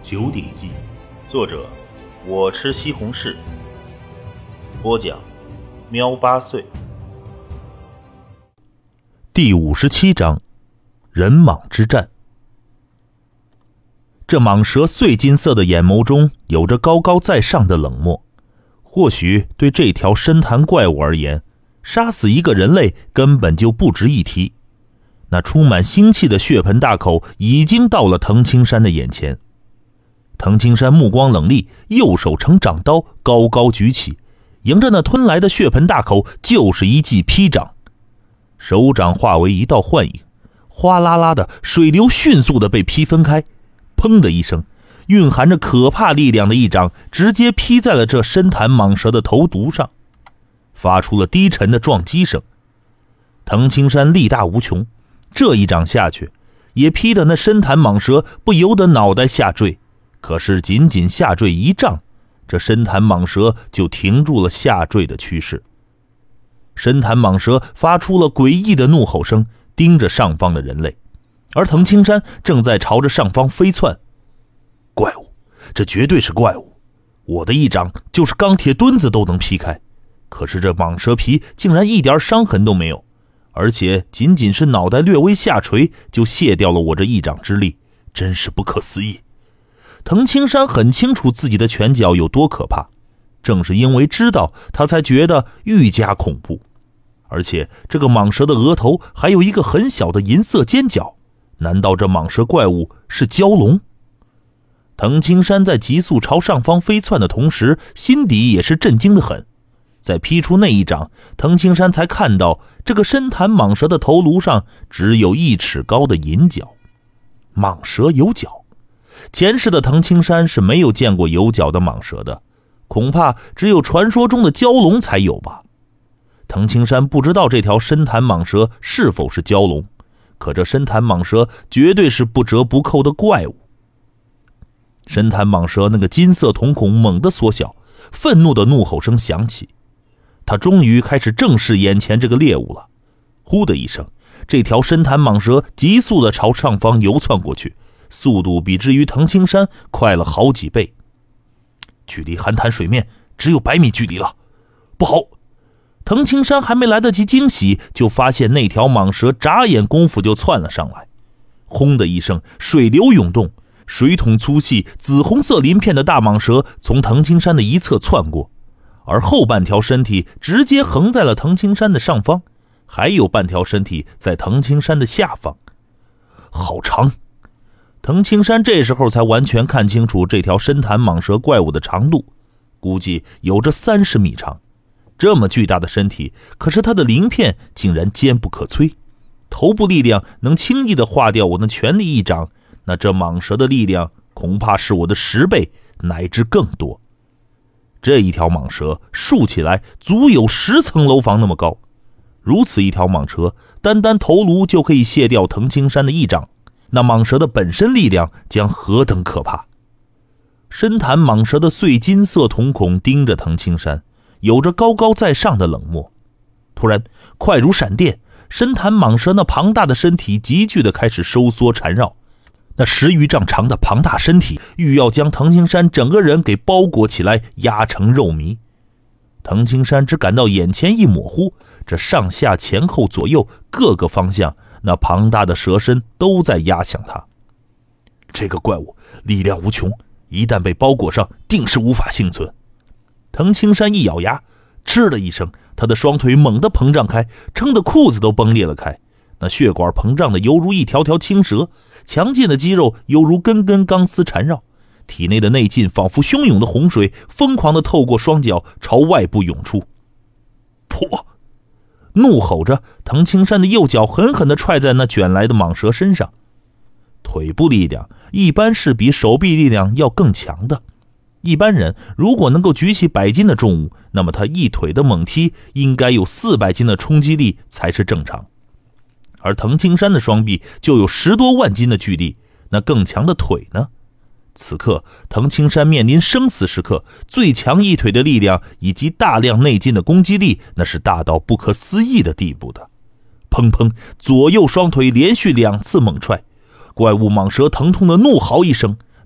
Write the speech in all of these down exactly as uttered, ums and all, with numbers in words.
九鼎记》，作者我吃西红柿，播讲喵八岁。 第五十七章，人蟒之战。这蟒蛇碎金色的眼眸中有着高高在上的冷漠，或许对这条深潭怪物而言，杀死一个人类根本就不值一提。那充满腥气的血盆大口已经到了藤青山的眼前。藤青山目光冷厉，右手呈掌刀高高举起，迎着那吞来的血盆大口就是一记劈掌。手掌化为一道幻影，哗啦啦的水流迅速的被劈分开，砰的一声，蕴含着可怕力量的一掌直接劈在了这深潭蟒蛇的头颅上，发出了低沉的撞击声。藤青山力大无穷，这一掌下去也劈得那深潭蟒蛇不由得脑袋下坠，可是仅仅下坠一丈，这深潭蟒蛇就停住了下坠的趋势。深潭蟒蛇发出了诡异的怒吼声，盯着上方的人类，而藤青山正在朝着上方飞窜。怪物，这绝对是怪物，我的一掌就是钢铁墩子都能劈开，可是这蟒蛇皮竟然一点伤痕都没有，而且仅仅是脑袋略微下垂就卸掉了我这一掌之力，真是不可思议。藤青山很清楚自己的拳脚有多可怕，正是因为知道，他才觉得愈加恐怖。而且这个蟒蛇的额头还有一个很小的银色尖角，难道这蟒蛇怪物是蛟龙？藤青山在急速朝上方飞窜的同时，心底也是震惊得很。在劈出那一掌，藤青山才看到这个深潭蟒蛇的头颅上只有一尺高的银角。蟒蛇有角，前世的藤青山是没有见过有角的蟒蛇的，恐怕只有传说中的蛟龙才有吧。藤青山不知道这条深潭蟒蛇是否是蛟龙，可这深潭蟒蛇绝对是不折不扣的怪物。深潭蟒蛇那个金色瞳孔猛地缩小，愤怒的怒吼声响起，他终于开始正视眼前这个猎物了。呼的一声，这条深潭蟒蛇急速地朝上方游窜过去，速度比之于藤青山快了好几倍。距离寒潭水面只有百米距离了，不好！藤青山还没来得及惊喜，就发现那条蟒蛇眨眼功夫就窜了上来。轰的一声，水流涌动，水桶粗细紫红色鳞片的大蟒蛇从藤青山的一侧窜过，而后半条身体直接横在了藤青山的上方，还有半条身体在藤青山的下方。好长！藤青山这时候才完全看清楚这条深潭蟒蛇怪物的长度，估计有着三十米长。这么巨大的身体，可是它的鳞片竟然坚不可摧，头部力量能轻易地化掉我那全力一掌，那这蟒蛇的力量恐怕是我的十倍乃至更多。这一条蟒蛇竖起来足有十层楼房那么高，如此一条蟒蛇，单单头颅就可以卸掉藤青山的一掌，那蟒蛇的本身力量将何等可怕！深潭蟒蛇的碎金色瞳孔盯着藤青山，有着高高在上的冷漠。突然，快如闪电，深潭蟒蛇那庞大的身体急剧地开始收缩缠绕，那十余丈长的庞大身体欲要将藤青山整个人给包裹起来，压成肉糜。藤青山只感到眼前一模糊，这上下前后左右各个方向，那庞大的蛇身都在压向他。这个怪物力量无穷，一旦被包裹上，定是无法幸存。藤青山一咬牙，嗤的一声，他的双腿猛地膨胀开，撑得裤子都崩裂了开。那血管膨胀的犹如一条条青蛇，强劲的肌肉犹如根根钢丝缠绕，体内的内劲仿佛汹涌的洪水，疯狂地透过双脚朝外部涌出。破！怒吼着，藤青山的右脚狠狠地踹在那卷来的蟒蛇身上。腿部力量一般是比手臂力量要更强的，一般人如果能够举起百斤的重物，那么他一腿的猛踢应该有四百斤的冲击力才是正常。而藤青山的双臂就有十多万斤的巨力，那更强的腿呢？此刻藤青山面临生死时刻，最强一腿的力量以及大量内劲的攻击力，那是大到不可思议的地步的。砰砰，左右双腿连续两次猛踹，怪物蟒蛇疼痛的怒嚎一声，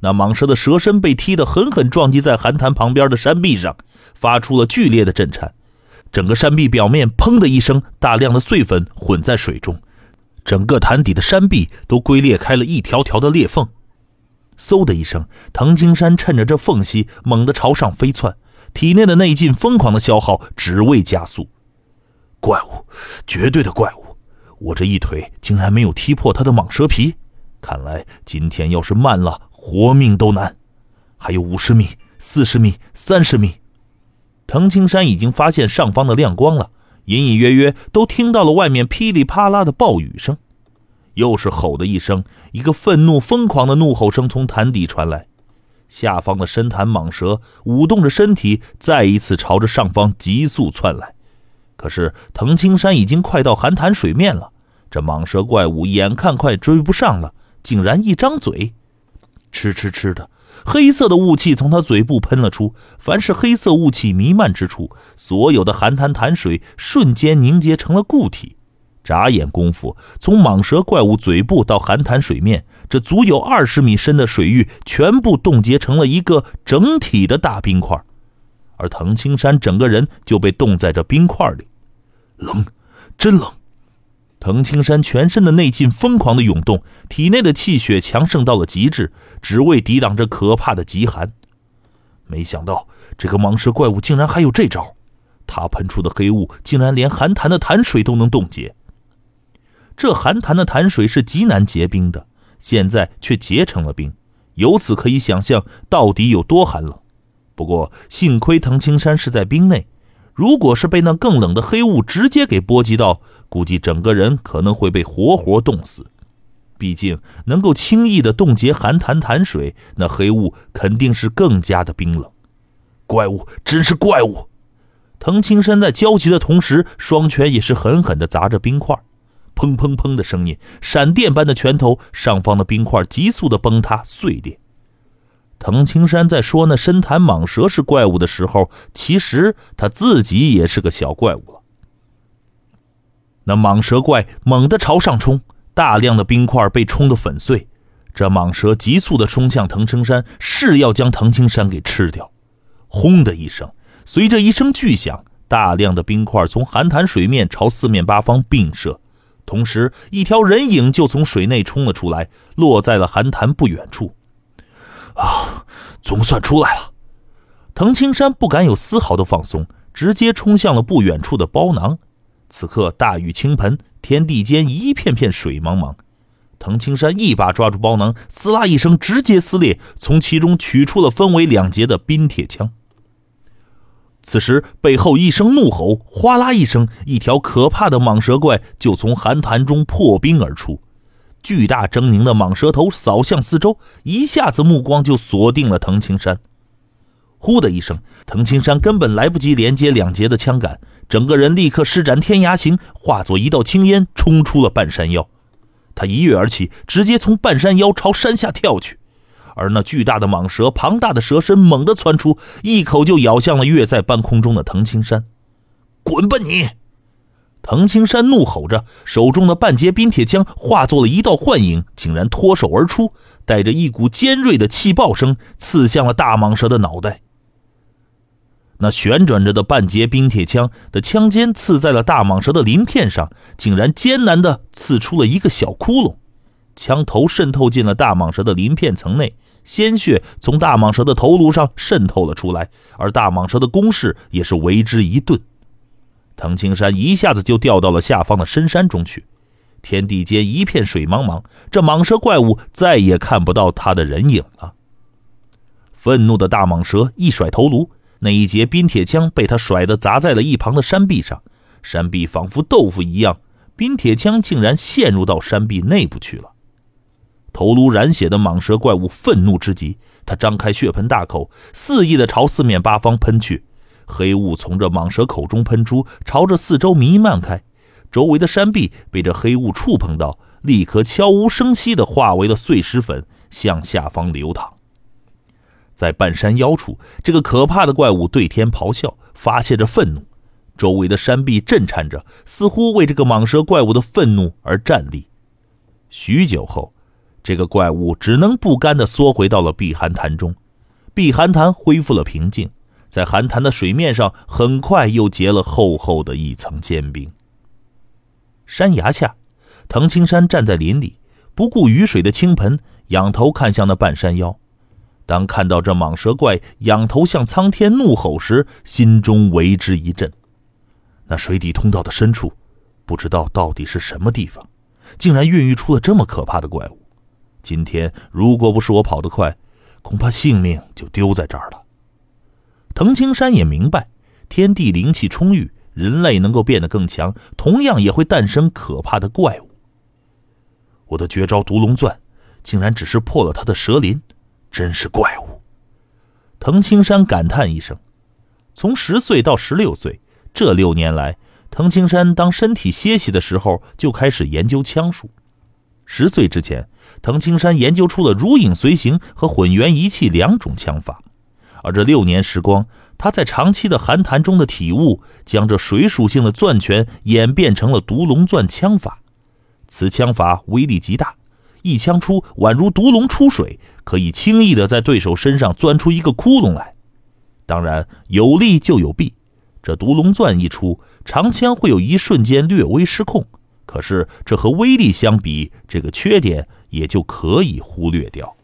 那蟒蛇的蛇身被踢得狠狠撞击在寒潭旁边的山壁上，发出了剧烈的震颤。整个山壁表面砰的一声，大量的碎粉混在水中，整个潭底的山壁都龟裂开了一条条的裂缝。嗖的一声，藤青山趁着这缝隙猛地朝上飞窜，体内的内劲疯狂的消耗，只为加速。怪物，绝对的怪物！我这一腿竟然没有踢破他的蟒蛇皮，看来今天要是慢了，活命都难。还有五十米、四十米、三十米。藤青山已经发现上方的亮光了，隐隐约约都听到了外面噼里啪啦的暴雨声。又是吼的一声，一个愤怒疯狂的怒吼声从潭底传来。下方的深潭蟒蛇舞动着身体，再一次朝着上方急速窜来。可是藤青山已经快到寒潭水面了，这蟒蛇怪物眼看快追不上了，竟然一张嘴，吃吃吃的黑色的雾气从他嘴部喷了出。凡是黑色雾气弥漫之处，所有的寒潭潭水瞬间凝结成了固体。眨眼功夫，从蟒蛇怪物嘴部到寒潭水面，这足有二十米深的水域全部冻结成了一个整体的大冰块，而藤青山整个人就被冻在这冰块里。冷，真冷！藤青山全身的内劲疯狂的涌动，体内的气血强盛到了极致，只为抵挡这可怕的极寒。没想到这个蟒蛇怪物竟然还有这招，它喷出的黑雾竟然连寒潭的潭水都能冻结。这寒潭的潭水是极难结冰的，现在却结成了冰，由此可以想象到底有多寒冷。不过幸亏藤青山是在冰内，如果是被那更冷的黑雾直接给波及到，估计整个人可能会被活活冻死。毕竟能够轻易的冻结寒潭潭水，那黑雾肯定是更加的冰冷。怪物，真是怪物！藤青山在焦急的同时，双拳也是狠狠地砸着冰块，砰砰砰的声音，闪电般的拳头，上方的冰块急速的崩塌碎裂。藤青山在说那深潭蟒蛇是怪物的时候，其实他自己也是个小怪物了。那蟒蛇怪猛地朝上冲，大量的冰块被冲得粉碎，这蟒蛇急速地冲向藤青山，是要将藤青山给吃掉。轰的一声，随着一声巨响，大量的冰块从寒潭水面朝四面八方迸射，同时一条人影就从水内冲了出来，落在了寒潭不远处。啊，总算出来了！藤青山不敢有丝毫的放松，直接冲向了不远处的包囊。此刻大雨倾盆，天地间一片片水茫茫。藤青山一把抓住包囊，撕拉一声直接撕裂，从其中取出了分为两截的冰铁枪。此时背后一声怒吼，哗啦一声，一条可怕的蟒蛇怪就从寒潭中破冰而出。巨大狰狞的蟒蛇头扫向四周，一下子目光就锁定了藤青山。呼的一声，藤青山根本来不及连接两节的枪杆，整个人立刻施展天涯行，化作一道青烟冲出了半山腰。他一跃而起，直接从半山腰朝山下跳去。而那巨大的蟒蛇庞大的蛇身猛地窜出，一口就咬向了跃在半空中的藤青山。滚吧你！藤青山怒吼着，手中的半截冰铁枪化作了一道幻影，竟然脱手而出，带着一股尖锐的气爆声，刺向了大蟒蛇的脑袋。那旋转着的半截冰铁枪的枪尖刺在了大蟒蛇的鳞片上，竟然艰难地刺出了一个小窟窿，枪头渗透进了大蟒蛇的鳞片层内，鲜血从大蟒蛇的头颅上渗透了出来，而大蟒蛇的攻势也是为之一顿。藤青山一下子就掉到了下方的深山中去，天地间一片水茫茫，这蟒蛇怪物再也看不到他的人影了。愤怒的大蟒蛇一甩头颅，那一节冰铁枪被他甩得砸在了一旁的山壁上，山壁仿佛豆腐一样，冰铁枪竟然陷入到山壁内部去了。头颅染血的蟒蛇怪物愤怒之极，他张开血盆大口，肆意地朝四面八方喷去。黑雾从这蟒蛇口中喷出，朝着四周弥漫开，周围的山壁被这黑雾触碰到，立刻悄无声息地化为了碎石粉，向下方流淌。在半山腰处，这个可怕的怪物对天咆哮，发泄着愤怒，周围的山壁震颤着，似乎为这个蟒蛇怪物的愤怒而站立。许久后， 这个怪物只能不甘地缩回到了避寒潭中。避寒潭恢复了平静，在寒潭的水面上很快又结了厚厚的一层坚冰。山崖下，藤青山站在林里，不顾雨水的倾盆，仰头看向那半山腰。当看到这蟒蛇怪仰头向苍天怒吼时，心中为之一震。那水底通道的深处，不知道到底是什么地方，竟然孕育出了这么可怕的怪物。今天如果不是我跑得快，恐怕性命就丢在这儿了。藤青山也明白，天地灵气充裕，人类能够变得更强，同样也会诞生可怕的怪物。我的绝招毒龙钻竟然只是破了他的蛇鳞，真是怪物。藤青山感叹一声。从十岁到十六岁，这六年来，藤青山当身体歇息的时候就开始研究枪术。十岁之前，藤青山研究出了如影随形和混元一气两种枪法，而这六年时光，他在长期的寒潭中的体悟，将这水属性的钻拳演变成了毒龙钻枪法。此枪法威力极大，一枪出宛如毒龙出水，可以轻易地在对手身上钻出一个窟窿来。当然，有利就有弊，这毒龙钻一出，长枪会有一瞬间略微失控，可是这和威力相比，这个缺点也就可以忽略掉。